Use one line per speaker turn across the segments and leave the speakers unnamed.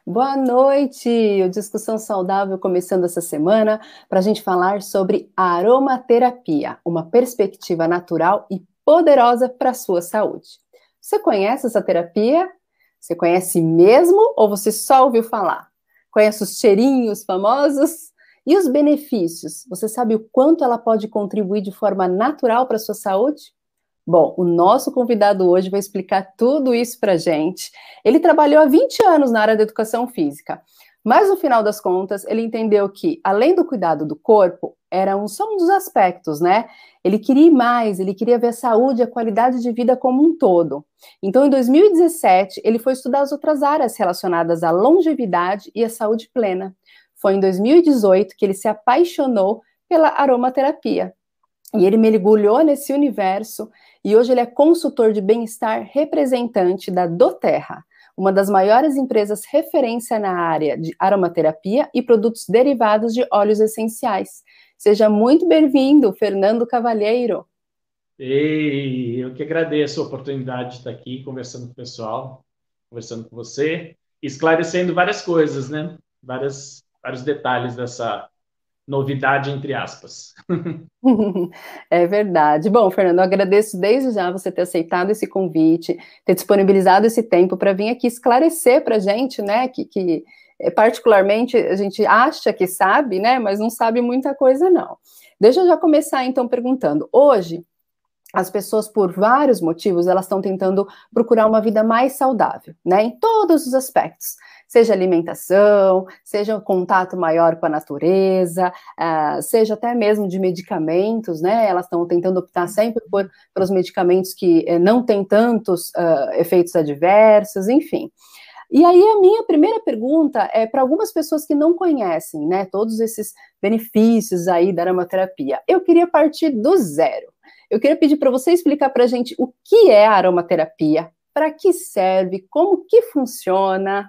Boa noite! O Discussão Saudável começando essa semana para a gente falar sobre aromaterapia, uma perspectiva natural e poderosa para a sua saúde. Você conhece essa terapia? Você conhece mesmo ou você só ouviu falar? Conhece os cheirinhos famosos? E os benefícios? Você sabe o quanto ela pode contribuir de forma natural para a sua saúde? Bom, o nosso convidado hoje vai explicar tudo isso para a gente. Ele trabalhou há 20 anos na área da educação física, mas no final das contas, ele entendeu que, além do cuidado do corpo, só um dos aspectos, né? Ele queria ir mais, ele queria ver a saúde e a qualidade de vida como um todo. Então, em 2017, ele foi estudar as outras áreas relacionadas à longevidade e à saúde plena. Foi em 2018 que ele se apaixonou pela aromaterapia. E ele mergulhou nesse universo e hoje ele é consultor de bem-estar representante da doTERRA, uma das maiores empresas referência na área de aromaterapia e produtos derivados de óleos essenciais. Seja muito bem-vindo, Fernando Cavalheiro.
Ei, eu que agradeço a oportunidade de estar aqui conversando com o pessoal, conversando com você, esclarecendo várias coisas, né? Vários detalhes dessa novidade, entre aspas.
É verdade. Bom, Fernando, eu agradeço desde já você ter aceitado esse convite, ter disponibilizado esse tempo para vir aqui esclarecer para a gente, né, que particularmente a gente acha que sabe, né, mas não sabe muita coisa, não. Deixa eu já começar, então, perguntando. Hoje, as pessoas, por vários motivos, elas estão tentando procurar uma vida mais saudável, né? Em todos os aspectos. Seja alimentação, seja um contato maior com a natureza, seja até mesmo de medicamentos, né? Elas estão tentando optar sempre pelos medicamentos que não têm tantos efeitos adversos, enfim. E aí a minha primeira pergunta é para algumas pessoas que não conhecem, né? Todos esses benefícios aí da aromaterapia. Eu queria partir do zero. Eu queria pedir para você explicar para a gente o que é a aromaterapia, para que serve, como que funciona.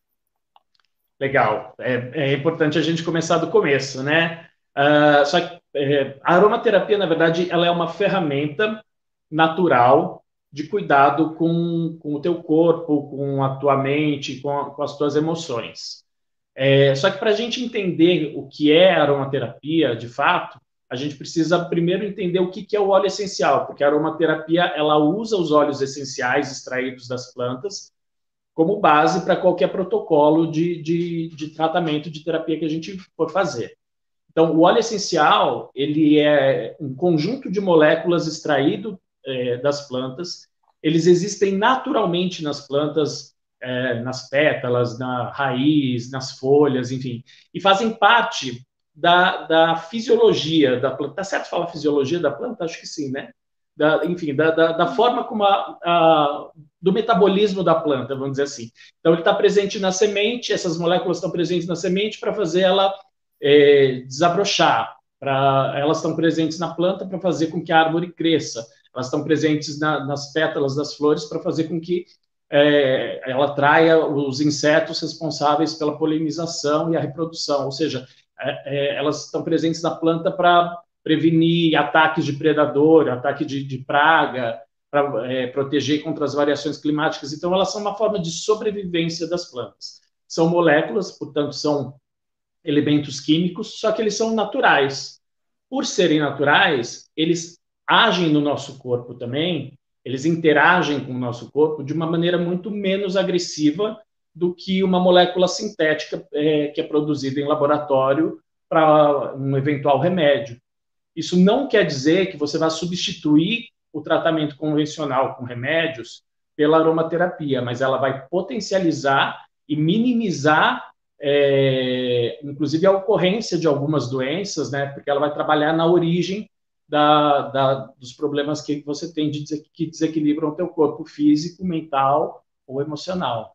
Legal. É importante a gente começar do começo, né? Só que a aromaterapia, na verdade, ela é uma ferramenta natural de cuidado com o teu corpo, com a tua mente, com as tuas emoções. Só que para a gente entender o que é aromaterapia, de fato, a gente precisa primeiro entender o que é o óleo essencial, porque a aromaterapia ela usa os óleos essenciais extraídos das plantas como base para qualquer protocolo de tratamento de terapia que a gente for fazer. Então, o óleo essencial ele é um conjunto de moléculas extraído das plantas. Eles existem naturalmente nas plantas, nas pétalas, na raiz, nas folhas, enfim, e fazem parte da fisiologia da planta. Tá certo falar fisiologia da planta? Acho que sim, né? Enfim, da forma como do metabolismo da planta, vamos dizer assim. Então, ele está presente na semente, essas moléculas estão presentes na semente para fazer ela desabrochar. Elas estão presentes na planta para fazer com que a árvore cresça. Elas estão presentes nas pétalas das flores para fazer com que ela atraia os insetos responsáveis pela polinização e a reprodução. Ou seja, elas estão presentes na planta para prevenir ataques de predador, ataque de praga, para proteger contra as variações climáticas. Então, elas são uma forma de sobrevivência das plantas. São moléculas, portanto, são elementos químicos, só que eles são naturais. Por serem naturais, eles agem no nosso corpo também, eles interagem com o nosso corpo de uma maneira muito menos agressiva do que uma molécula sintética que é produzida em laboratório para um eventual remédio. Isso não quer dizer que você vai substituir o tratamento convencional com remédios pela aromaterapia, mas ela vai potencializar e minimizar, inclusive, a ocorrência de algumas doenças, né? Porque ela vai trabalhar na origem dos problemas que você tem que desequilibram o teu corpo físico, mental ou emocional.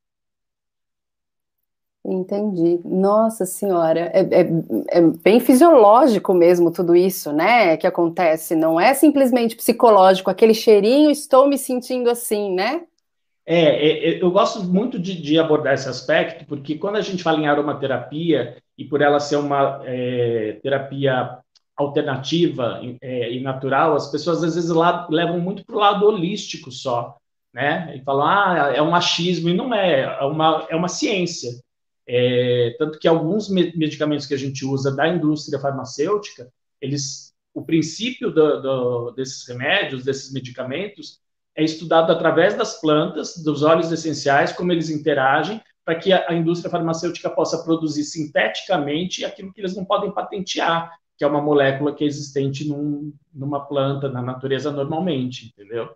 Entendi. Nossa Senhora, é bem fisiológico mesmo tudo isso, né? Que acontece. Não é simplesmente psicológico, aquele cheirinho, estou me sentindo assim, né?
Eu gosto muito de abordar esse aspecto, porque quando a gente fala em aromaterapia, e por ela ser uma terapia alternativa e natural, as pessoas às vezes levam muito para o lado holístico só. né? E falam, é um achismo, e não é, é uma ciência. Tanto que alguns medicamentos que a gente usa da indústria farmacêutica, o princípio desses remédios, desses medicamentos, é estudado através das plantas, dos óleos essenciais, como eles interagem, para que a indústria farmacêutica possa produzir sinteticamente aquilo que eles não podem patentear, que é uma molécula que é existente numa planta, na natureza normalmente, entendeu?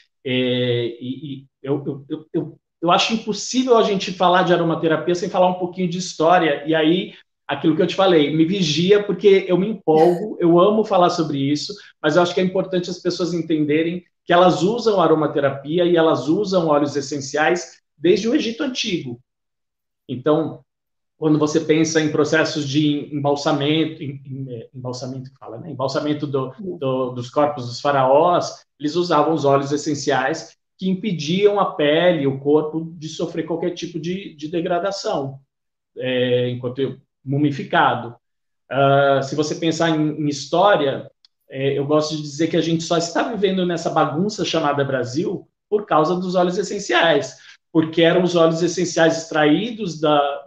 Eu acho impossível a gente falar de aromaterapia sem falar um pouquinho de história, e aí, aquilo que eu te falei, me vigia, porque eu me empolgo, eu amo falar sobre isso, mas eu acho que é importante as pessoas entenderem que elas usam aromaterapia e elas usam óleos essenciais desde o Egito Antigo. Então, quando você pensa em processos de embalsamento, embalsamento que fala, né? Embalsamento dos corpos dos faraós, eles usavam os óleos essenciais que impediam a pele, o corpo, de sofrer qualquer tipo de degradação, enquanto mumificado. Se você pensar em história, eu gosto de dizer que a gente só está vivendo nessa bagunça chamada Brasil por causa dos óleos essenciais, porque eram os óleos essenciais extraídos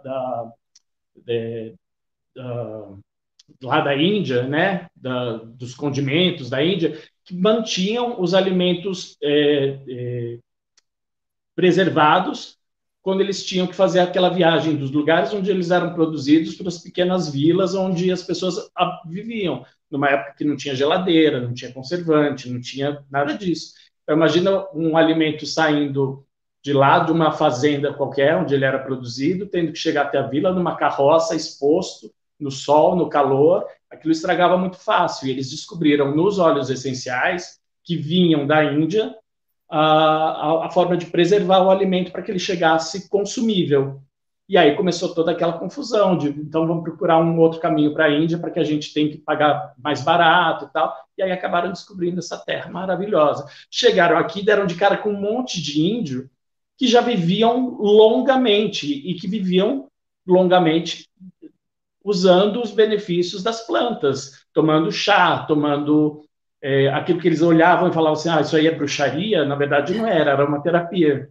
lá da Índia, né, dos condimentos da Índia, que mantinham os alimentos preservados quando eles tinham que fazer aquela viagem dos lugares onde eles eram produzidos para as pequenas vilas onde as pessoas viviam, numa época que não tinha geladeira, não tinha conservante, não tinha nada disso. Então, imagina um alimento saindo de lá de uma fazenda qualquer, onde ele era produzido, tendo que chegar até a vila numa carroça, exposto no sol, no calor, aquilo estragava muito fácil. E eles descobriram nos óleos essenciais, que vinham da Índia, a forma de preservar o alimento para que ele chegasse consumível. E aí começou toda aquela confusão de, então vamos procurar um outro caminho para a Índia, para que a gente tenha que pagar mais barato e tal. E aí acabaram descobrindo essa terra maravilhosa. Chegaram aqui, deram de cara com um monte de índio que já viviam longamente e que viviam longamente usando os benefícios das plantas, tomando chá, tomando aquilo que eles olhavam e falavam assim, isso aí é bruxaria, na verdade não era uma terapia.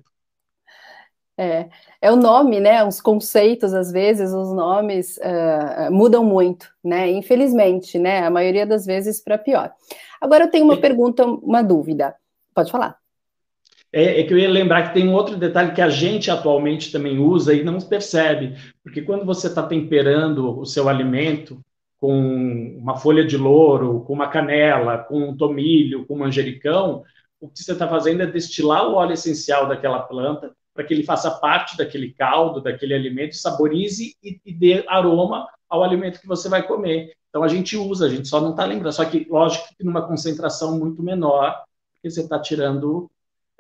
É o nome, né? Os conceitos, às vezes, os nomes mudam muito, né? Infelizmente, né? A maioria das vezes para pior. Agora eu tenho uma pergunta, uma dúvida. Pode falar.
Que eu ia lembrar que tem um outro detalhe que a gente atualmente também usa e não percebe, porque quando você está temperando o seu alimento com uma folha de louro, com uma canela, com um tomilho, com um manjericão, o que você está fazendo é destilar o óleo essencial daquela planta para que ele faça parte daquele caldo, daquele alimento, saborize e dê aroma ao alimento que você vai comer. Então a gente usa, a gente só não está lembrando, só que lógico que numa concentração muito menor, porque você está tirando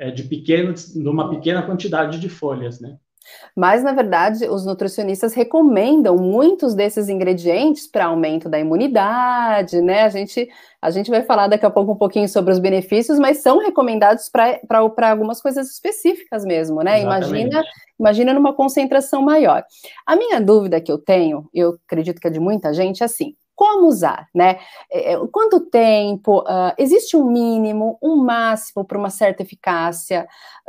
de uma pequena quantidade de folhas, né?
Mas, na verdade, os nutricionistas recomendam muitos desses ingredientes para aumento da imunidade, né? A gente vai falar daqui a pouco um pouquinho sobre os benefícios, mas são recomendados para algumas coisas específicas mesmo, né? Imagina numa concentração maior. A minha dúvida que eu tenho, eu acredito que é de muita gente, é assim: como usar, né? Quanto tempo? Existe um mínimo, um máximo para uma certa eficácia?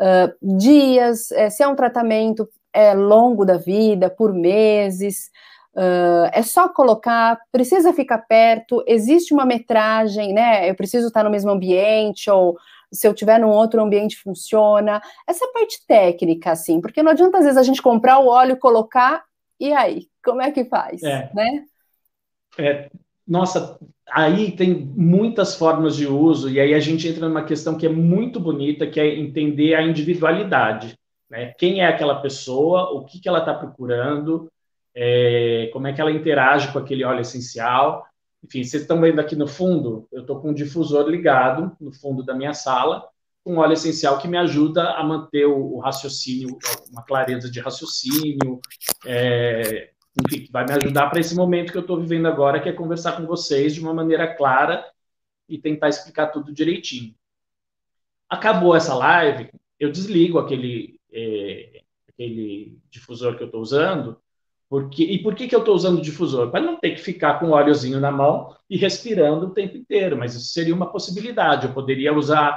Dias? Se é um tratamento longo da vida, por meses? É só colocar? Precisa ficar perto? Existe uma metragem, né? Eu preciso estar no mesmo ambiente, ou se eu estiver num outro ambiente funciona? Essa parte técnica, assim, porque não adianta às vezes a gente comprar o óleo, colocar, e aí? Como é que faz, né?
Nossa, aí tem muitas formas de uso, e aí a gente entra numa questão que é muito bonita, que é entender a individualidade, né? Quem é aquela pessoa, o que ela está procurando, como é que ela interage com aquele óleo essencial. Enfim, vocês estão vendo aqui no fundo, eu estou com um difusor ligado no fundo da minha sala, um óleo essencial que me ajuda a manter o raciocínio, uma clareza de raciocínio, enfim, que vai me ajudar para esse momento que eu estou vivendo agora, que é conversar com vocês de uma maneira clara e tentar explicar tudo direitinho. Acabou essa live, eu desligo aquele difusor que eu estou usando. Por que eu estou usando o difusor? Para não ter que ficar com o óleozinho na mão e respirando o tempo inteiro, mas isso seria uma possibilidade. Eu poderia usar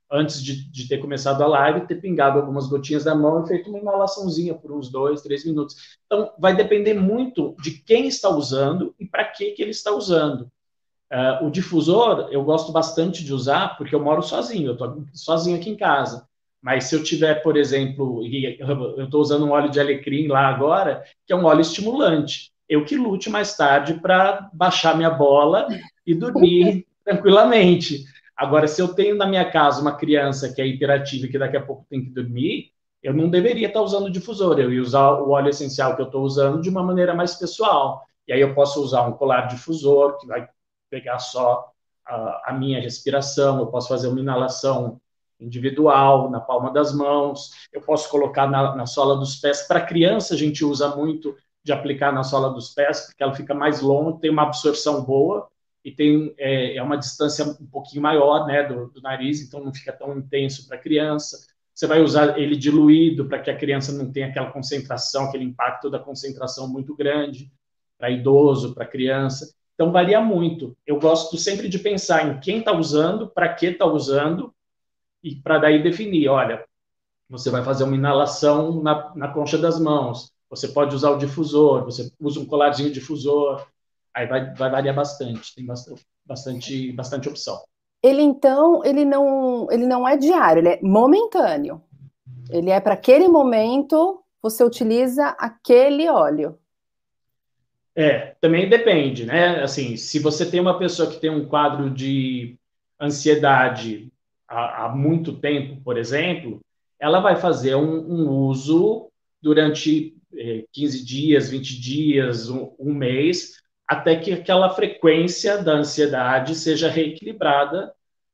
antes de ter começado a live, ter pingado algumas gotinhas da mão e feito uma inalaçãozinha por uns 2, 3 minutos. Então, vai depender muito de quem está usando e para que ele está usando. O difusor, eu gosto bastante de usar, porque eu moro sozinho, eu estou sozinho aqui em casa. Mas se eu tiver, por exemplo, eu estou usando um óleo de alecrim lá agora, que é um óleo estimulante. Eu que lute mais tarde para baixar minha bola e dormir tranquilamente. Agora, se eu tenho na minha casa uma criança que é hiperativa e que daqui a pouco tem que dormir, eu não deveria estar usando o difusor. Eu ia usar o óleo essencial que eu estou usando de uma maneira mais pessoal. E aí eu posso usar um colar difusor, que vai pegar só a minha respiração, eu posso fazer uma inalação individual, na palma das mãos, eu posso colocar na sola dos pés. Para criança, a gente usa muito de aplicar na sola dos pés, porque ela fica mais longa, tem uma absorção boa e tem uma distância um pouquinho maior, né, do nariz, então não fica tão intenso para a criança. Você vai usar ele diluído para que a criança não tenha aquela concentração, aquele impacto da concentração muito grande, para idoso, para criança. Então, varia muito. Eu gosto sempre de pensar em quem está usando, para que está usando, e para daí definir, olha, você vai fazer uma inalação na concha das mãos, você pode usar o difusor, você usa um colarzinho difusor, aí vai variar bastante, tem bastante opção.
Ele então, ele não é diário, ele é momentâneo. Ele é para aquele momento, você utiliza aquele óleo.
Também depende, né? Assim, se você tem uma pessoa que tem um quadro de ansiedade há muito tempo, por exemplo, ela vai fazer um uso durante 15 dias, 20 dias, um mês, até que aquela frequência da ansiedade seja reequilibrada,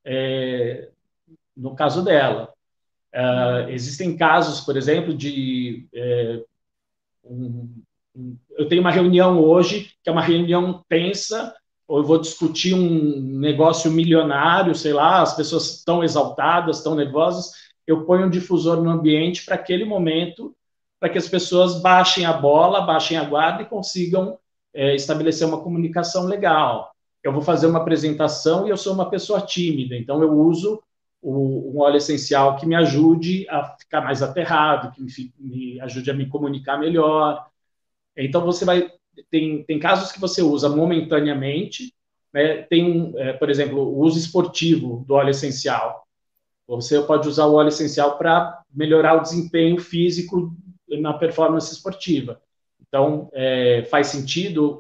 no caso dela. Existem casos, por exemplo, de um, eu tenho uma reunião hoje, que é uma reunião tensa, ou eu vou discutir um negócio milionário, sei lá, as pessoas estão exaltadas, estão nervosas, eu ponho um difusor no ambiente para aquele momento, para que as pessoas baixem a bola, baixem a guarda e consigam estabelecer uma comunicação legal. Eu vou fazer uma apresentação e eu sou uma pessoa tímida, então eu uso um óleo essencial que me ajude a ficar mais aterrado, que me ajude a me comunicar melhor. Então, você vai. Tem casos que você usa momentaneamente, né? Tem, por exemplo, o uso esportivo do óleo essencial. Você pode usar o óleo essencial para melhorar o desempenho físico na performance esportiva. Então, faz sentido,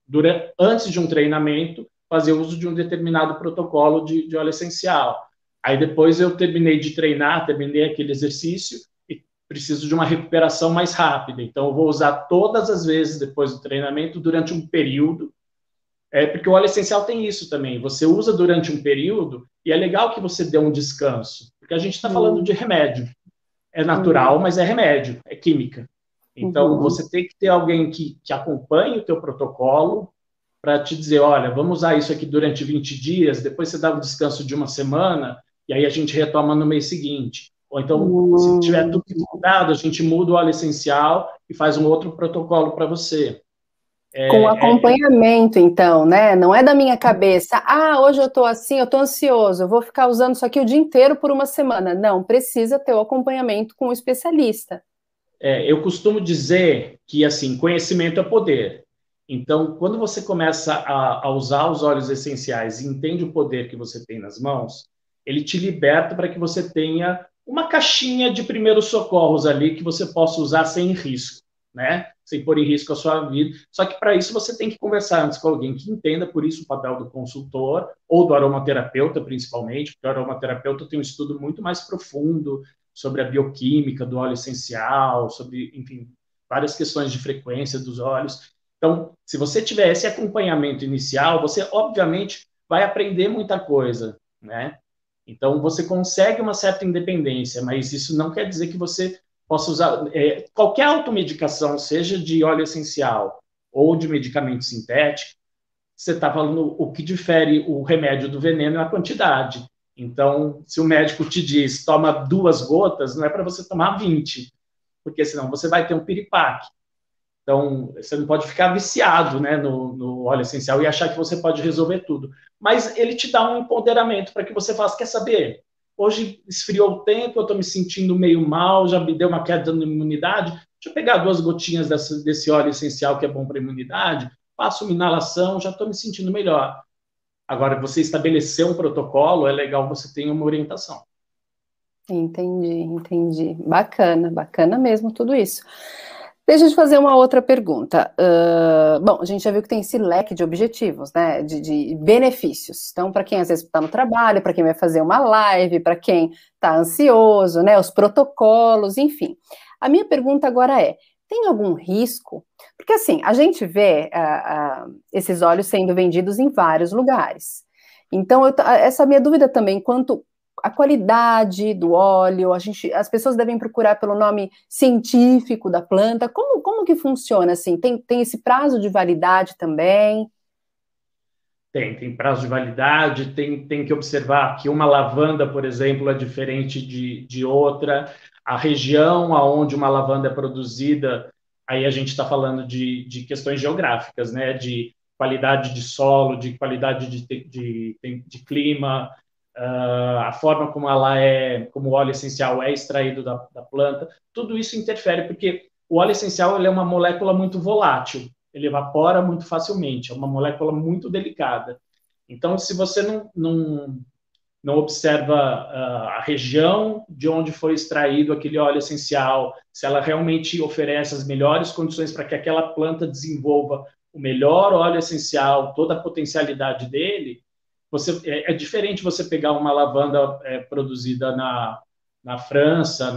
antes de um treinamento, fazer uso de um determinado protocolo de óleo essencial. Aí, depois eu terminei de treinar, terminei aquele exercício, preciso de uma recuperação mais rápida. Então, eu vou usar todas as vezes depois do treinamento, durante um período, porque o óleo essencial tem isso também. Você usa durante um período e é legal que você dê um descanso, porque a gente está falando de remédio. É natural, mas é remédio, é química. Então, você tem que ter alguém que acompanhe o teu protocolo para te dizer, olha, vamos usar isso aqui durante 20 dias, depois você dá um descanso de uma semana, e aí a gente retoma no mês seguinte. Ou então, se tiver tudo mudado, a gente muda o óleo essencial e faz um outro protocolo para você.
Com acompanhamento, então, né? Não é da minha cabeça. Hoje eu tô assim, eu tô ansioso, eu vou ficar usando isso aqui o dia inteiro por uma semana. Não, precisa ter o acompanhamento com o especialista.
Eu costumo dizer que, assim, conhecimento é poder. Então, quando você começa a usar os óleos essenciais e entende o poder que você tem nas mãos, ele te liberta para que você tenha uma caixinha de primeiros socorros ali que você possa usar sem risco, né? Sem pôr em risco a sua vida. Só que para isso você tem que conversar antes com alguém que entenda, por isso o papel do consultor ou do aromaterapeuta, principalmente, porque o aromaterapeuta tem um estudo muito mais profundo sobre a bioquímica do óleo essencial, sobre, enfim, várias questões de frequência dos óleos. Então, se você tiver esse acompanhamento inicial, você obviamente vai aprender muita coisa, né? Então, você consegue uma certa independência, mas isso não quer dizer que você possa usar qualquer automedicação, seja de óleo essencial ou de medicamento sintético. Você está falando o que difere o remédio do veneno é a quantidade. Então, se o médico te diz toma 2 gotas, não é para você tomar 20, porque senão você vai ter um piripaque. Então, você não pode ficar viciado, né, no óleo essencial e achar que você pode resolver tudo. Mas ele te dá um empoderamento para que você faça, quer saber? hoje esfriou o tempo, eu estou me sentindo meio mal, já me deu uma queda na imunidade, deixa eu pegar 2 gotinhas desse óleo essencial que é bom para a imunidade, faço uma inalação, já estou me sentindo melhor. Agora, você estabelecer um protocolo, é legal você ter uma orientação.
Entendi. Bacana, bacana mesmo tudo isso. Deixa eu te fazer uma outra pergunta. Bom, a gente já viu que tem esse leque de objetivos, né? De benefícios. Então, para quem às vezes está no trabalho, para quem vai fazer uma live, para quem está ansioso, né? Os protocolos, enfim. A minha pergunta agora é: tem algum risco? Porque assim, a gente vê esses óleos sendo vendidos em vários lugares. Então, essa minha dúvida também, quanto a qualidade do óleo, as pessoas devem procurar pelo nome científico da planta. Como que funciona assim? Tem esse prazo de validade também?
Tem prazo de validade, tem que observar que uma lavanda, por exemplo, é diferente de outra. A região aonde uma lavanda é produzida, aí a gente está falando de questões geográficas, né? De qualidade de solo, de qualidade de clima, a forma como como o óleo essencial é extraído da planta, tudo isso interfere, porque o óleo essencial ele é uma molécula muito volátil, ele evapora muito facilmente, é uma molécula muito delicada. Então, se você não observa a região de onde foi extraído aquele óleo essencial, se ela realmente oferece as melhores condições para que aquela planta desenvolva o melhor óleo essencial, toda a potencialidade dele, é diferente você pegar uma lavanda produzida na França,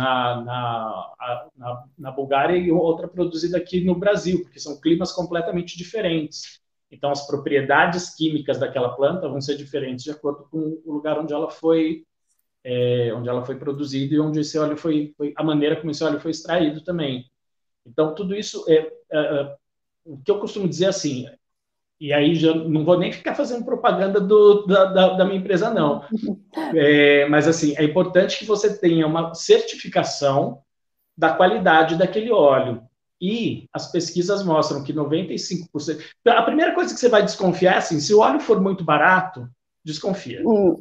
na Bulgária e outra produzida aqui no Brasil, porque são climas completamente diferentes. Então, as propriedades químicas daquela planta vão ser diferentes de acordo com o lugar onde ela foi produzida e onde esse óleo a maneira como esse óleo foi extraído também. Então, tudo isso o que eu costumo dizer assim, e aí já não vou nem ficar fazendo propaganda da minha empresa, não. Mas, assim, é importante que você tenha uma certificação da qualidade daquele óleo. E as pesquisas mostram que 95%... A primeira coisa que você vai desconfiar é assim, se o óleo for muito barato, desconfia.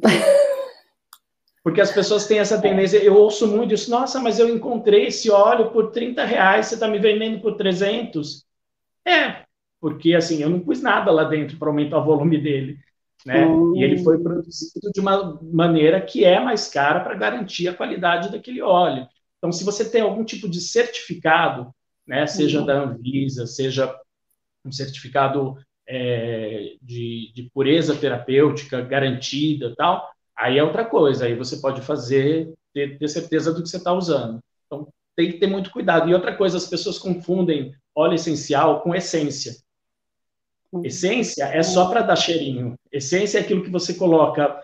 Porque as pessoas têm essa tendência, eu ouço muito isso, nossa, mas eu encontrei esse óleo por R$30, você está me vendendo por 300? Porque assim, eu não pus nada lá dentro para aumentar o volume dele, né? E ele foi produzido de uma maneira que é mais cara para garantir a qualidade daquele óleo. Então, se você tem algum tipo de certificado, né, seja da Anvisa, seja um certificado de pureza terapêutica garantida, tal, aí é outra coisa. Aí você pode ter certeza do que você está usando. Então, tem que ter muito cuidado. E outra coisa, as pessoas confundem óleo essencial com essência. Essência é só para dar cheirinho. Essência é aquilo que você coloca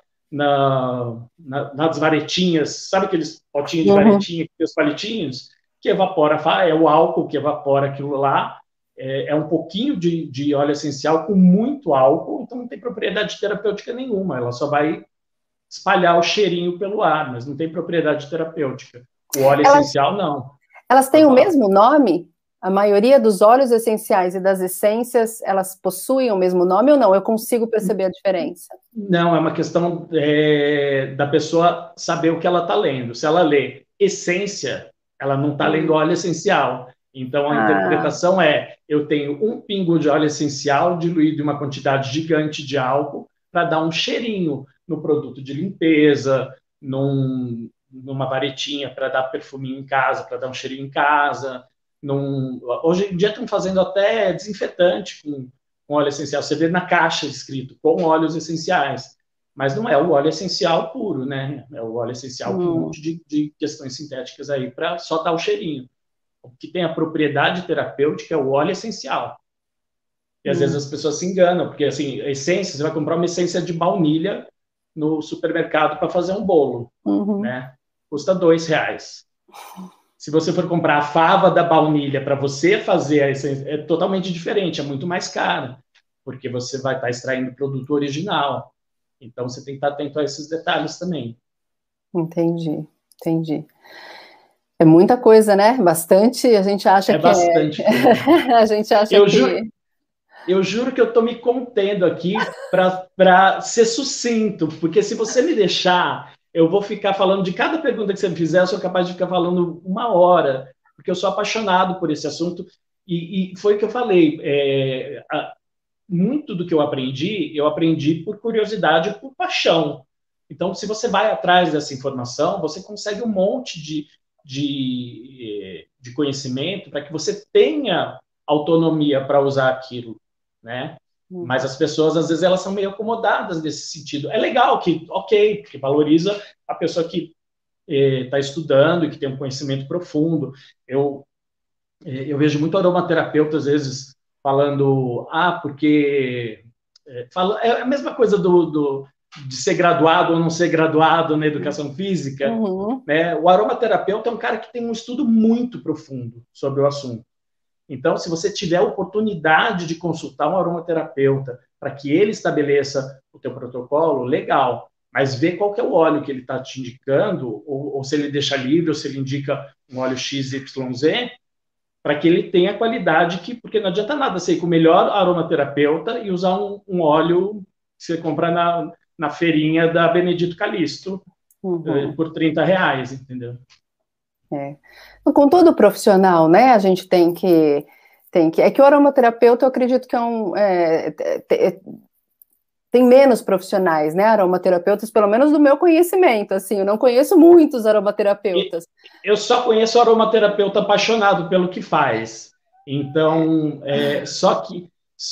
nas varetinhas, sabe aqueles potinhos de varetinha, aqueles palitinhos, que evapora, é o álcool que evapora aquilo lá, é um pouquinho de óleo essencial com muito álcool, então não tem propriedade terapêutica nenhuma, ela só vai espalhar o cheirinho pelo ar, mas não tem propriedade terapêutica. O óleo essencial, não.
Elas têm o mesmo nome? A maioria dos óleos essenciais e das essências, elas possuem o mesmo nome ou não? Eu consigo perceber a diferença?
Não, é uma questão da pessoa saber o que ela está lendo. Se ela lê essência, ela não está lendo óleo essencial. Então, a interpretação eu tenho um pingo de óleo essencial diluído em uma quantidade gigante de álcool para dar um cheirinho no produto de limpeza, numa varetinha para dar perfuminho em casa, para dar um cheirinho em casa. Hoje em dia estão fazendo até desinfetante com óleo essencial. Você vê na caixa escrito com óleos essenciais, mas não é o óleo essencial puro, né? É o óleo essencial com um monte de questões sintéticas aí para só dar o cheirinho. O que tem a propriedade terapêutica é o óleo essencial. E às vezes as pessoas se enganam, porque assim, essência, você vai comprar uma essência de baunilha no supermercado para fazer um bolo, né? Custa R$2. Se você for comprar a fava da baunilha para você fazer a essência, é totalmente diferente, é muito mais cara, porque você vai estar extraindo o produto original. Então, você tem que estar atento a esses detalhes também.
Entendi. É muita coisa, né? Bastante, a gente acha que
bastante coisa.
A gente acha
Eu juro que eu estou me contendo aqui para ser sucinto, porque se você me deixar, eu vou ficar falando de cada pergunta que você me fizer, eu sou capaz de ficar falando 1 hora, porque eu sou apaixonado por esse assunto, e foi o que eu falei, muito do que eu aprendi por curiosidade, por paixão. Então, se você vai atrás dessa informação, você consegue um monte de conhecimento para que você tenha autonomia para usar aquilo, né? Mas as pessoas, às vezes, elas são meio acomodadas nesse sentido. É legal que, ok, porque valoriza a pessoa que está estudando e que tem um conhecimento profundo. Eu vejo muito aromaterapeuta, às vezes, falando, porque... é a mesma coisa de ser graduado ou não ser graduado na educação física. Né? O aromaterapeuta é um cara que tem um estudo muito profundo sobre o assunto. Então, se você tiver a oportunidade de consultar um aromaterapeuta para que ele estabeleça o teu protocolo, legal. Mas vê qual que é o óleo que ele está te indicando, ou se ele deixa livre, ou se ele indica um óleo XYZ, para que ele tenha qualidade, porque não adianta nada você ir com o melhor aromaterapeuta e usar um óleo que você compra na feirinha da Benedito Calixto por R$30, entendeu?
Com todo profissional, né, a gente tem que é que o aromaterapeuta, eu acredito que tem menos profissionais, né, aromaterapeutas, pelo menos do meu conhecimento, assim, eu não conheço muitos aromaterapeutas.
Eu só conheço aromaterapeuta apaixonado pelo que faz. Então, só que,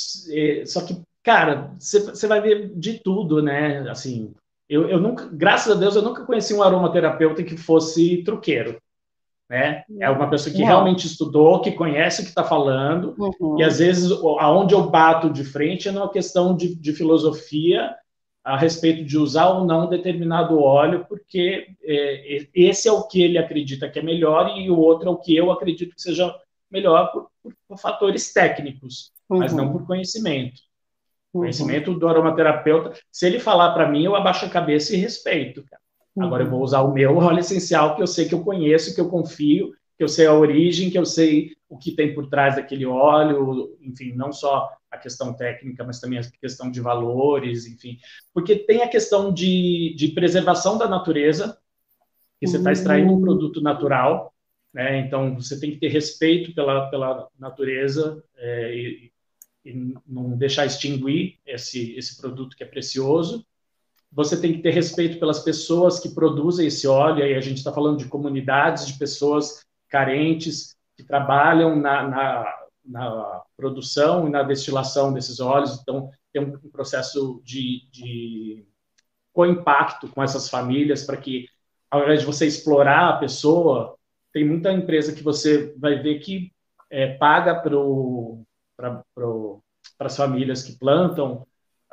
cara, você vai ver de tudo, né? Assim, eu nunca, graças a Deus, eu nunca conheci um aromaterapeuta que fosse truqueiro, né? É uma pessoa que realmente estudou, que conhece o que está falando, e às vezes aonde eu bato de frente é uma questão de filosofia a respeito de usar ou não determinado óleo, porque esse é o que ele acredita que é melhor e o outro é o que eu acredito que seja melhor por fatores técnicos, mas não por conhecimento. Conhecimento do aromaterapeuta, se ele falar para mim, eu abaixo a cabeça e respeito, cara. Agora eu vou usar o meu óleo essencial, que eu sei que eu conheço, que eu confio, que eu sei a origem, que eu sei o que tem por trás daquele óleo, enfim, não só a questão técnica, mas também a questão de valores, enfim. Porque tem a questão de preservação da natureza, que você está extraindo um produto natural, né? Então você tem que ter respeito pela natureza e não deixar extinguir esse produto que é precioso. Você tem que ter respeito pelas pessoas que produzem esse óleo, aí a gente está falando de comunidades, de pessoas carentes, que trabalham na produção e na destilação desses óleos, então tem um processo de co-impacto com essas famílias, para que, ao invés de você explorar a pessoa, tem muita empresa que você vai ver que paga para as famílias que plantam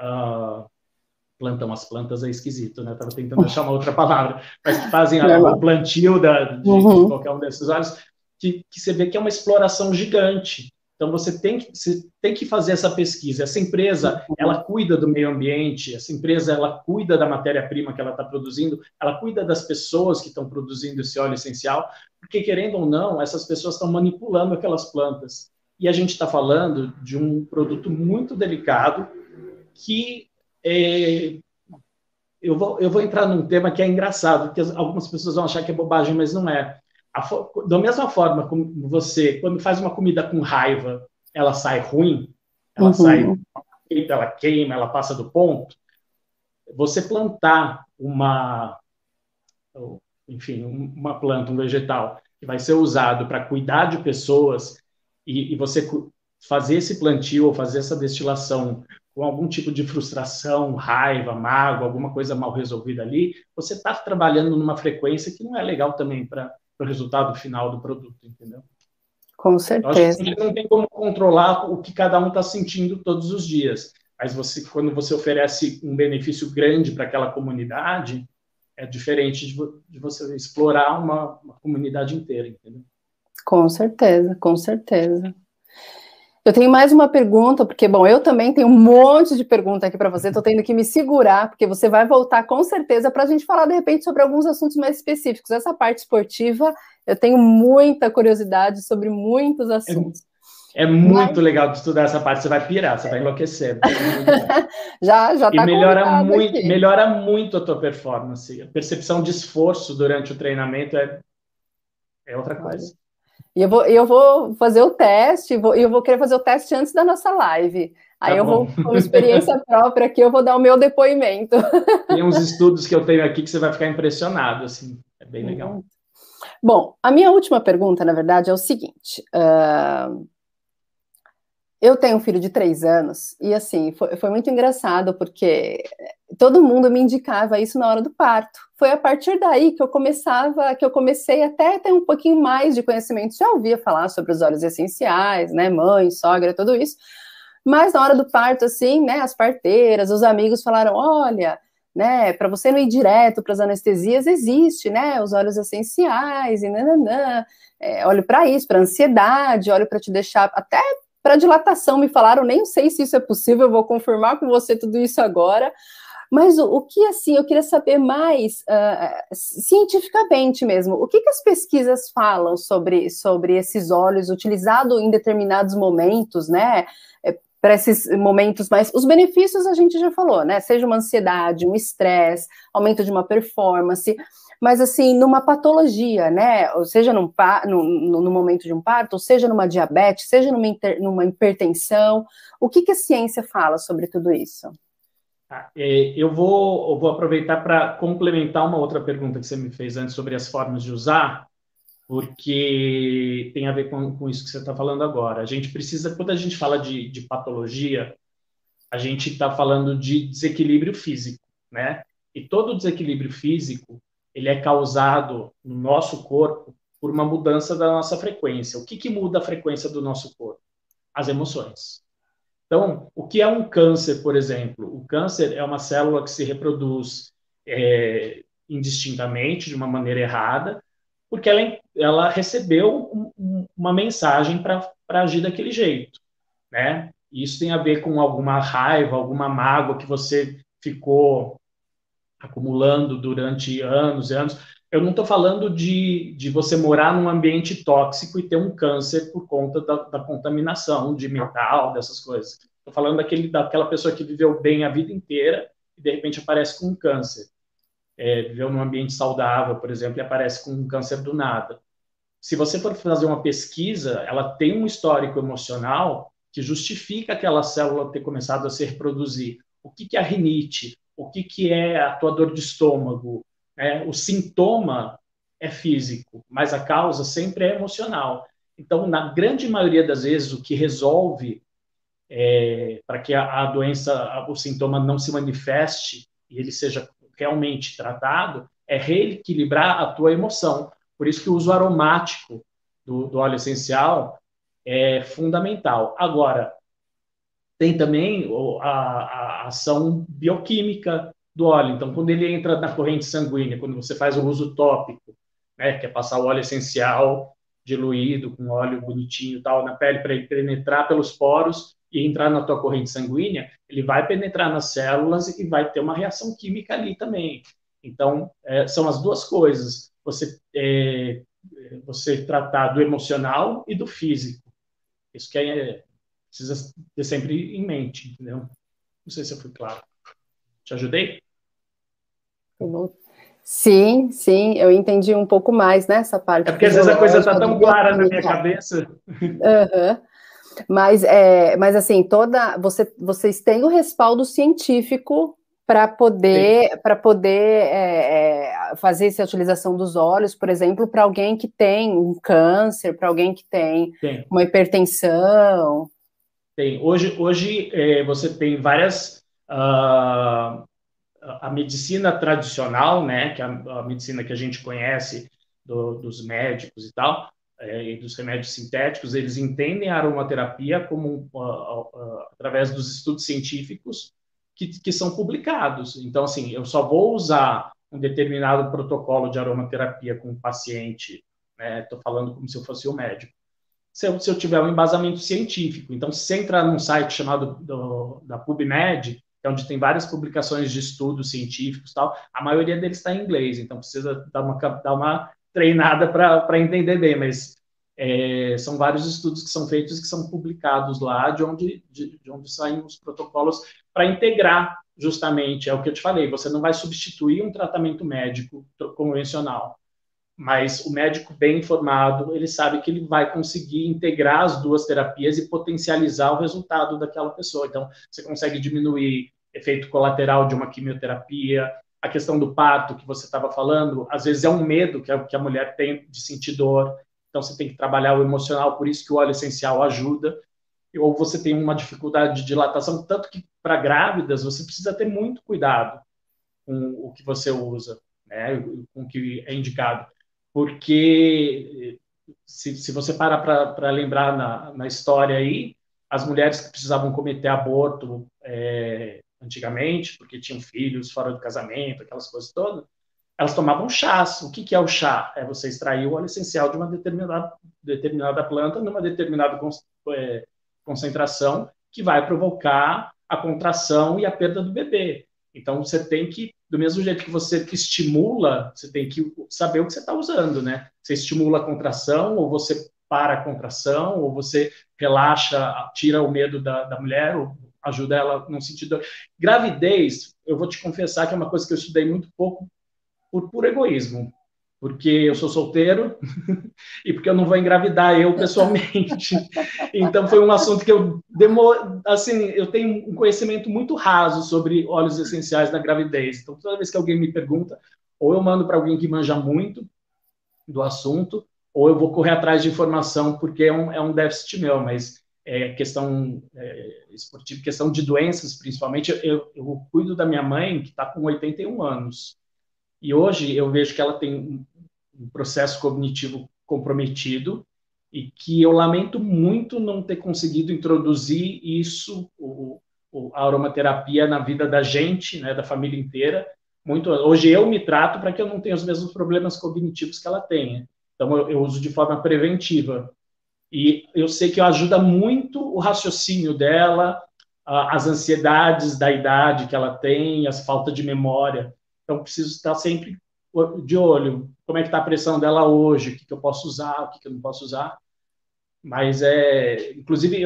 as plantas é esquisito, né? Estava tentando achar uma outra palavra, mas que fazem o plantio de qualquer um desses óleos, que você vê que é uma exploração gigante. Então, você tem que fazer essa pesquisa. Essa empresa, ela cuida do meio ambiente, essa empresa, ela cuida da matéria-prima que ela está produzindo, ela cuida das pessoas que estão produzindo esse óleo essencial, porque, querendo ou não, essas pessoas estão manipulando aquelas plantas. E a gente está falando de um produto muito delicado que eu vou entrar num tema que é engraçado, porque algumas pessoas vão achar que é bobagem, mas não é. Da mesma forma como você, quando faz uma comida com raiva, ela sai ruim, ela queima, ela passa do ponto, você plantar uma planta, um vegetal, que vai ser usado para cuidar de pessoas, e você fazer esse plantio ou fazer essa destilação com algum tipo de frustração, raiva, mágoa, alguma coisa mal resolvida ali, você está trabalhando numa frequência que não é legal também para o resultado final do produto, entendeu?
Com certeza.
Eu acho que a gente não tem como controlar o que cada um está sentindo todos os dias, mas quando você oferece um benefício grande para aquela comunidade, é diferente de você explorar uma comunidade inteira, entendeu?
Com certeza, com certeza. Eu tenho mais uma pergunta, porque, bom, eu também tenho um monte de pergunta aqui para você, estou tendo que me segurar, porque você vai voltar com certeza para a gente falar, de repente, sobre alguns assuntos mais específicos. Essa parte esportiva, eu tenho muita curiosidade sobre muitos assuntos.
É muito legal de estudar essa parte, você vai pirar, você vai enlouquecer.
Já
E
está convidado aqui.
melhora muito a tua performance. A percepção de esforço durante o treinamento é outra
Olha.
coisa.
E eu vou fazer o teste, e eu vou querer fazer o teste antes da nossa live.
Tá
Aí eu
bom.
vou, como experiência própria aqui, eu vou dar o meu depoimento.
Tem uns estudos que eu tenho aqui que você vai ficar impressionado, assim, é bem legal.
Bom, a minha última pergunta, na verdade, é o seguinte. Eu tenho um filho de 3 anos e, assim, foi muito engraçado porque todo mundo me indicava isso na hora do parto. Foi a partir daí que eu comecei até a ter um pouquinho mais de conhecimento. Já ouvia falar sobre os óleos essenciais, né, mãe, sogra, tudo isso. Mas na hora do parto, assim, né, as parteiras, os amigos falaram, olha, né, para você não ir direto para as anestesias, existe, né, os óleos essenciais e nananã. Óleo para isso, para ansiedade, óleo para te deixar até para dilatação, me falaram, nem sei se isso é possível, eu vou confirmar com você tudo isso agora, mas o que, assim, eu queria saber mais, cientificamente mesmo, o que as pesquisas falam sobre esses óleos utilizados em determinados momentos, né, para esses momentos mais, os benefícios a gente já falou, né, seja uma ansiedade, um estresse, aumento de uma performance, mas assim, numa patologia, né, ou seja no momento de um parto, ou seja numa diabetes, seja numa hipertensão, o que a ciência fala sobre tudo isso?
Eu vou aproveitar para complementar uma outra pergunta que você me fez antes sobre as formas de usar, porque tem a ver com isso que você está falando agora. A gente precisa, quando a gente fala de patologia, a gente está falando de desequilíbrio físico, né? E todo desequilíbrio físico, ele é causado no nosso corpo por uma mudança da nossa frequência. O que muda a frequência do nosso corpo? As emoções. Então, o que é um câncer, por exemplo? O câncer é uma célula que se reproduz indistintamente, de uma maneira errada, porque ela recebeu uma mensagem para agir daquele jeito, né? Isso tem a ver com alguma raiva, alguma mágoa que você ficou acumulando durante anos e anos. Eu não estou falando de você morar num ambiente tóxico e ter um câncer por conta da contaminação de metal, dessas coisas. Estou falando daquela pessoa que viveu bem a vida inteira e de repente aparece com um câncer. Viveu num ambiente saudável, por exemplo, e aparece com um câncer do nada. Se você for fazer uma pesquisa, ela tem um histórico emocional que justifica aquela célula ter começado a se reproduzir. O que é a rinite? O que é a tua dor de estômago? O sintoma é físico, mas a causa sempre é emocional. Então, na grande maioria das vezes, o que resolve para que a doença, o sintoma não se manifeste e ele seja realmente tratado, é reequilibrar a tua emoção. Por isso que o uso aromático do óleo essencial é fundamental. Agora, tem também a ação bioquímica do óleo. Então, quando ele entra na corrente sanguínea, quando você faz o uso tópico, né, que é passar o óleo essencial diluído com óleo bonitinho tal na pele para ele penetrar pelos poros e entrar na tua corrente sanguínea, ele vai penetrar nas células e vai ter uma reação química ali também. Então, são as duas coisas. Você tratar do emocional e do físico. Isso que precisa ter sempre em mente, entendeu? Não sei se eu fui claro. Te ajudei?
Sim, sim, eu entendi um pouco mais nessa parte.
É porque às vezes a coisa está tão clara na minha cabeça.
Uhum. Mas assim, vocês têm o respaldo científico para poder fazer essa utilização dos óleos, por exemplo, para alguém que tem um câncer, para alguém que tem uma hipertensão.
Tem. Hoje você tem várias a medicina tradicional, né, que é a medicina que a gente conhece dos médicos e tal, e dos remédios sintéticos, eles entendem a aromaterapia como através dos estudos científicos que são publicados. Então, assim, eu só vou usar um determinado protocolo de aromaterapia com o paciente, né, estou falando como se eu fosse o médico, se eu tiver um embasamento científico. Então, se você entrar num site chamado da PubMed, onde tem várias publicações de estudos científicos e tal, a maioria deles está em inglês, então precisa dar uma treinada para entender bem, mas São vários estudos que são feitos, que são publicados lá, de onde saem os protocolos para integrar, justamente, é o que eu te falei, você não vai substituir um tratamento médico convencional, mas o médico bem informado, ele sabe que ele vai conseguir integrar as duas terapias e potencializar o resultado daquela pessoa. Então, você consegue diminuir efeito colateral de uma quimioterapia, a questão do parto que você estava falando, às vezes é um medo que a mulher tem de sentir dor, então você tem que trabalhar o emocional, por isso que o óleo essencial ajuda, ou você tem uma dificuldade de dilatação, tanto que para grávidas você precisa ter muito cuidado com o que você usa, né, com o que é indicado, porque se você parar para lembrar na história aí, as mulheres que precisavam cometer aborto antigamente, porque tinham filhos fora do casamento, aquelas coisas todas, elas tomavam chás. O que é o chá? É você extrair o óleo essencial de uma determinada planta, numa determinada concentração, que vai provocar a contração e a perda do bebê. Então, você tem que, do mesmo jeito que você estimula, você tem que saber o que você está usando, né? Você estimula a contração, ou você para a contração, ou você relaxa, tira o medo da mulher, ou ajuda ela no sentido... Gravidez, eu vou te confessar que é uma coisa que eu estudei muito pouco, por egoísmo, porque eu sou solteiro e porque eu não vou engravidar eu pessoalmente. Então foi um assunto que eu assim, eu tenho um conhecimento muito raso sobre óleos essenciais na gravidez. Então toda vez que alguém me pergunta, ou eu mando para alguém que manja muito do assunto, ou eu vou correr atrás de informação porque é um déficit meu, mas questão esportiva, questão de doenças principalmente, eu cuido da minha mãe que está com 81 anos. E hoje eu vejo que ela tem um processo cognitivo comprometido e que eu lamento muito não ter conseguido introduzir isso, a aromaterapia na vida da gente, né, da família inteira. Hoje eu me trato para que eu não tenha os mesmos problemas cognitivos que ela tenha. Então eu uso de forma preventiva. E eu sei que ajuda muito o raciocínio dela, as ansiedades da idade que ela tem, as falta de memória. Então, preciso estar sempre de olho. Como é que está a pressão dela hoje? O que eu posso usar? O que eu não posso usar? Mas, inclusive,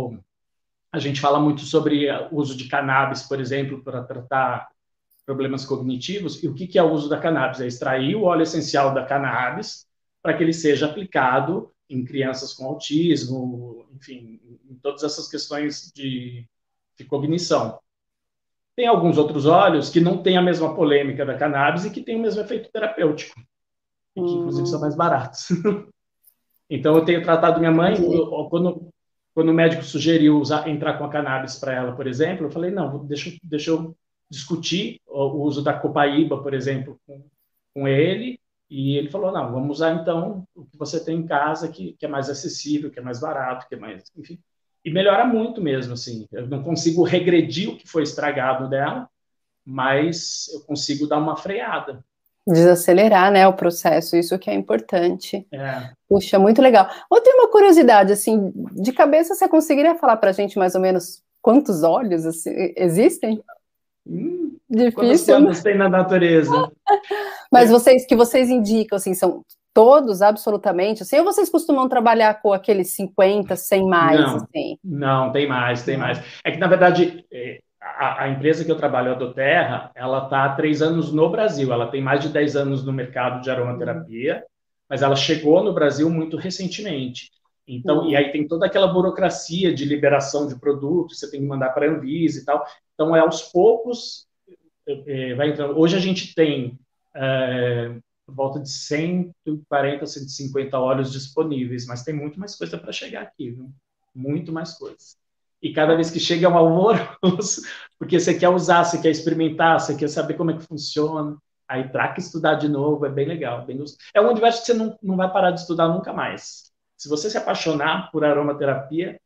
a gente fala muito sobre o uso de cannabis, por exemplo, para tratar problemas cognitivos. E o que é o uso da cannabis? É extrair o óleo essencial da cannabis para que ele seja aplicado em crianças com autismo, enfim, em todas essas questões de cognição. Tem alguns outros óleos que não têm a mesma polêmica da cannabis e que têm o mesmo efeito terapêutico, e que inclusive são mais baratos. Então eu tenho tratado minha mãe, quando o médico sugeriu entrar com a cannabis para ela, por exemplo, eu falei, não, deixa eu discutir o uso da copaíba, por exemplo, com ele, e ele falou, não, vamos usar então o que você tem em casa, que é mais acessível, que é mais barato, que é mais, enfim. E melhora muito mesmo, assim. Eu não consigo regredir o que foi estragado dela, mas eu consigo dar uma freada.
Desacelerar, né, o processo, isso que é importante.
É.
Puxa, muito legal. Eu tenho uma curiosidade, assim, de cabeça, você conseguiria falar para a gente mais ou menos quantos óleos assim, existem?
Difícil. Quantas plantas tem na natureza?
Mas vocês indicam, assim, são todos, absolutamente, assim, ou vocês costumam trabalhar com aqueles 50, 100 mais,
não,
assim?
Não, tem mais. É que, na verdade, a empresa que eu trabalho, a Doterra, ela está há 3 anos no Brasil, ela tem mais de 10 anos no mercado de aromaterapia, mas ela chegou no Brasil muito recentemente. Então, e aí tem toda aquela burocracia de liberação de produtos, você tem que mandar para a Anvisa e tal. Então, aos poucos, vai entrando. Hoje a gente tem por volta de 140, 150 óleos disponíveis, mas tem muito mais coisa para chegar aqui, viu? Muito mais coisas. E cada vez que chega é um alvoroço, porque você quer usar, você quer experimentar, você quer saber como é que funciona, aí para que estudar de novo, é bem legal. É um universo que você não vai parar de estudar nunca mais. Se você se apaixonar por aromaterapia,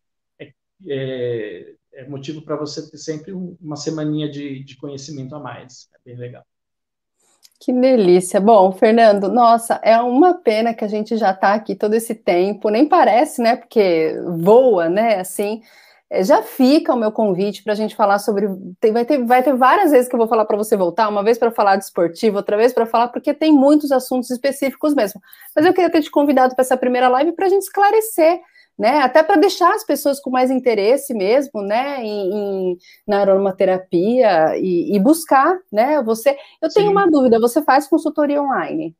é motivo para você ter sempre uma semaninha de conhecimento a mais. É bem legal.
Que delícia. Bom, Fernando, nossa, é uma pena que a gente já está aqui todo esse tempo, nem parece, né, porque voa, né, assim, Já fica o meu convite para a gente falar sobre. Vai ter várias vezes que eu vou falar para você voltar, uma vez para falar de esportivo, outra vez para falar, porque tem muitos assuntos específicos mesmo. Mas eu queria ter te convidado para essa primeira live para a gente esclarecer, né? Até para deixar as pessoas com mais interesse mesmo, né? Na aromaterapia e buscar, né? Eu tenho uma
Sim,
dúvida, você faz consultoria online?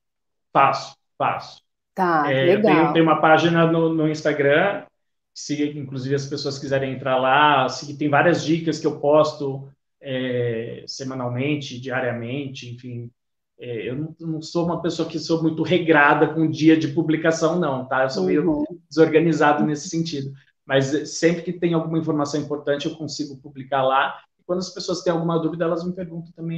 faço.
Tá,
Tenho
legal.
uma página no Instagram, se inclusive as pessoas quiserem entrar lá, se, tem várias dicas que eu posto semanalmente, diariamente, enfim. Eu não sou uma pessoa que sou muito regrada com o dia de publicação, não, tá? Eu sou meio
Uhum.
desorganizado nesse sentido. Mas sempre que tem alguma informação importante, eu consigo publicar lá. E quando as pessoas têm alguma dúvida, elas me perguntam também.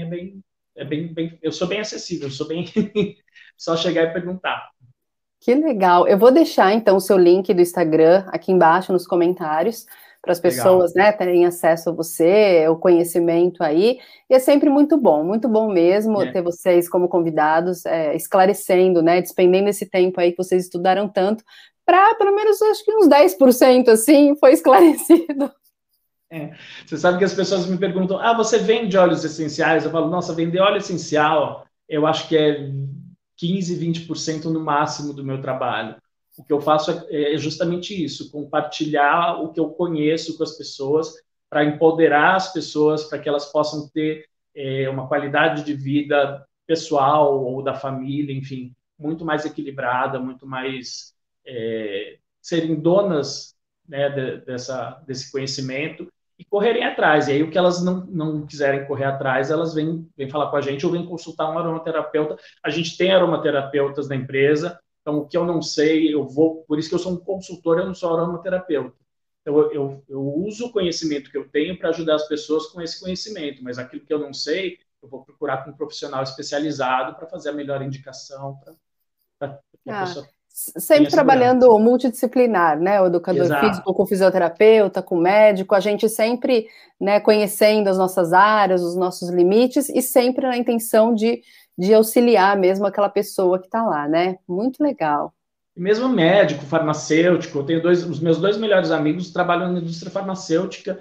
Eu sou bem acessível, eu sou bem só chegar e perguntar.
Que legal. Eu vou deixar então o seu link do Instagram aqui embaixo nos comentários para as
Legal.
pessoas, né, terem acesso a você, o conhecimento aí. E é sempre muito bom mesmo
É.
ter vocês como convidados, esclarecendo, né, despendendo esse tempo aí que vocês estudaram tanto, para pelo menos acho que uns 10% assim foi esclarecido.
Você sabe que as pessoas me perguntam: você vende óleos essenciais? Eu falo: nossa, vender óleo essencial, eu acho que é 15, 20% no máximo do meu trabalho. O que eu faço é justamente isso, compartilhar o que eu conheço com as pessoas, para empoderar as pessoas, para que elas possam ter uma qualidade de vida pessoal ou da família, enfim, muito mais equilibrada, muito mais serem donas, né, desse conhecimento e correrem atrás. E aí, o que elas não quiserem correr atrás, elas vêm falar com a gente ou vêm consultar um aromaterapeuta. A gente tem aromaterapeutas na empresa, então o que eu não sei, eu vou. Por isso que eu sou um consultor, eu não sou aromaterapeuta. Então, eu uso o conhecimento que eu tenho para ajudar as pessoas com esse conhecimento, mas aquilo que eu não sei, eu vou procurar com um profissional especializado para fazer a melhor indicação, para que a
Ah,
pessoa tenha
sempre
segurança.
trabalhando multidisciplinar, né? O educador
Exato.
físico com o fisioterapeuta, com o médico, a gente sempre, né, conhecendo as nossas áreas, os nossos limites e sempre na intenção de auxiliar mesmo aquela pessoa que está lá, né? Muito legal.
E mesmo médico, farmacêutico, eu tenho os meus dois melhores amigos trabalham na indústria farmacêutica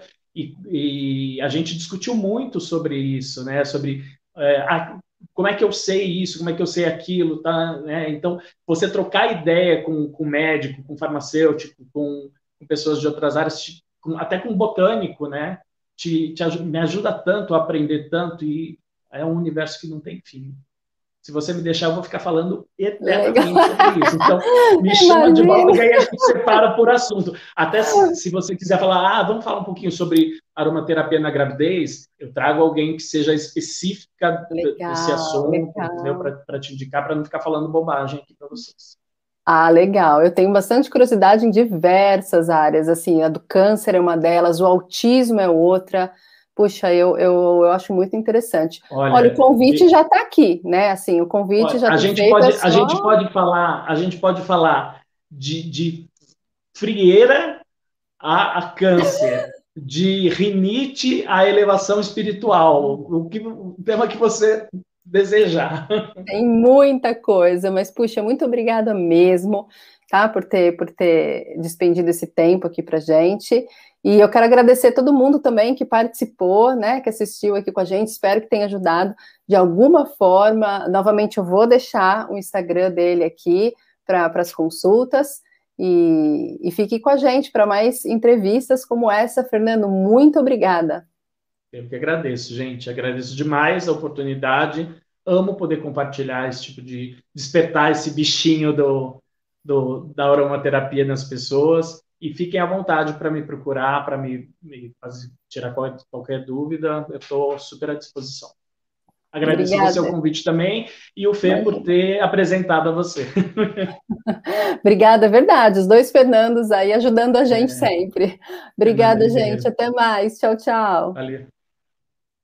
e a gente discutiu muito sobre isso, né? Sobre como é que eu sei isso, como é que eu sei aquilo, tá? Né? Então, você trocar ideia com médico, com farmacêutico, com pessoas de outras áreas, até com botânico, né? Me ajuda tanto a aprender tanto e é um universo que não tem fim. Se você me deixar, eu vou ficar falando
Legal.
eternamente sobre isso. Então, me chama de volta
Imagina.
que aí a gente separa por assunto. Até se você quiser falar, vamos falar um pouquinho sobre aromaterapia na gravidez, eu trago alguém que seja específica desse
Legal,
assunto, entendeu?
legal.
Para te indicar, para não ficar falando bobagem aqui para vocês.
Ah, legal. Eu tenho bastante curiosidade em diversas áreas, assim, a do câncer é uma delas, o autismo é outra. Puxa, eu acho muito interessante. Olha, o
Olha,
convite já está aqui, né? Assim, o convite já está feito, é só.
a gente pode falar de frieira a câncer, de rinite à elevação espiritual, o tema que você desejar.
Tem muita coisa, mas puxa, muito obrigada mesmo, tá? Por ter despendido esse tempo aqui pra gente. E eu quero agradecer a todo mundo também que participou, né? Que assistiu aqui com a gente. Espero que tenha ajudado de alguma forma. Novamente, eu vou deixar o Instagram dele aqui para as consultas. E fique com a gente para mais entrevistas como essa, Fernando. Muito obrigada.
Eu que agradeço, gente. Agradeço demais a oportunidade. Amo poder compartilhar esse tipo despertar esse bichinho da aromaterapia nas pessoas. E fiquem à vontade para me procurar, para me tirar qualquer dúvida. Eu estou super à disposição. Agradeço você o
Obrigada.
convite também e o Fê por
Imagina.
ter apresentado a você.
Obrigada, é verdade. Os dois Fernandos aí ajudando a gente
É,
sempre.
Fernanda
Obrigada, gente.
Ribeiro.
Até mais. Tchau, tchau.
Valeu.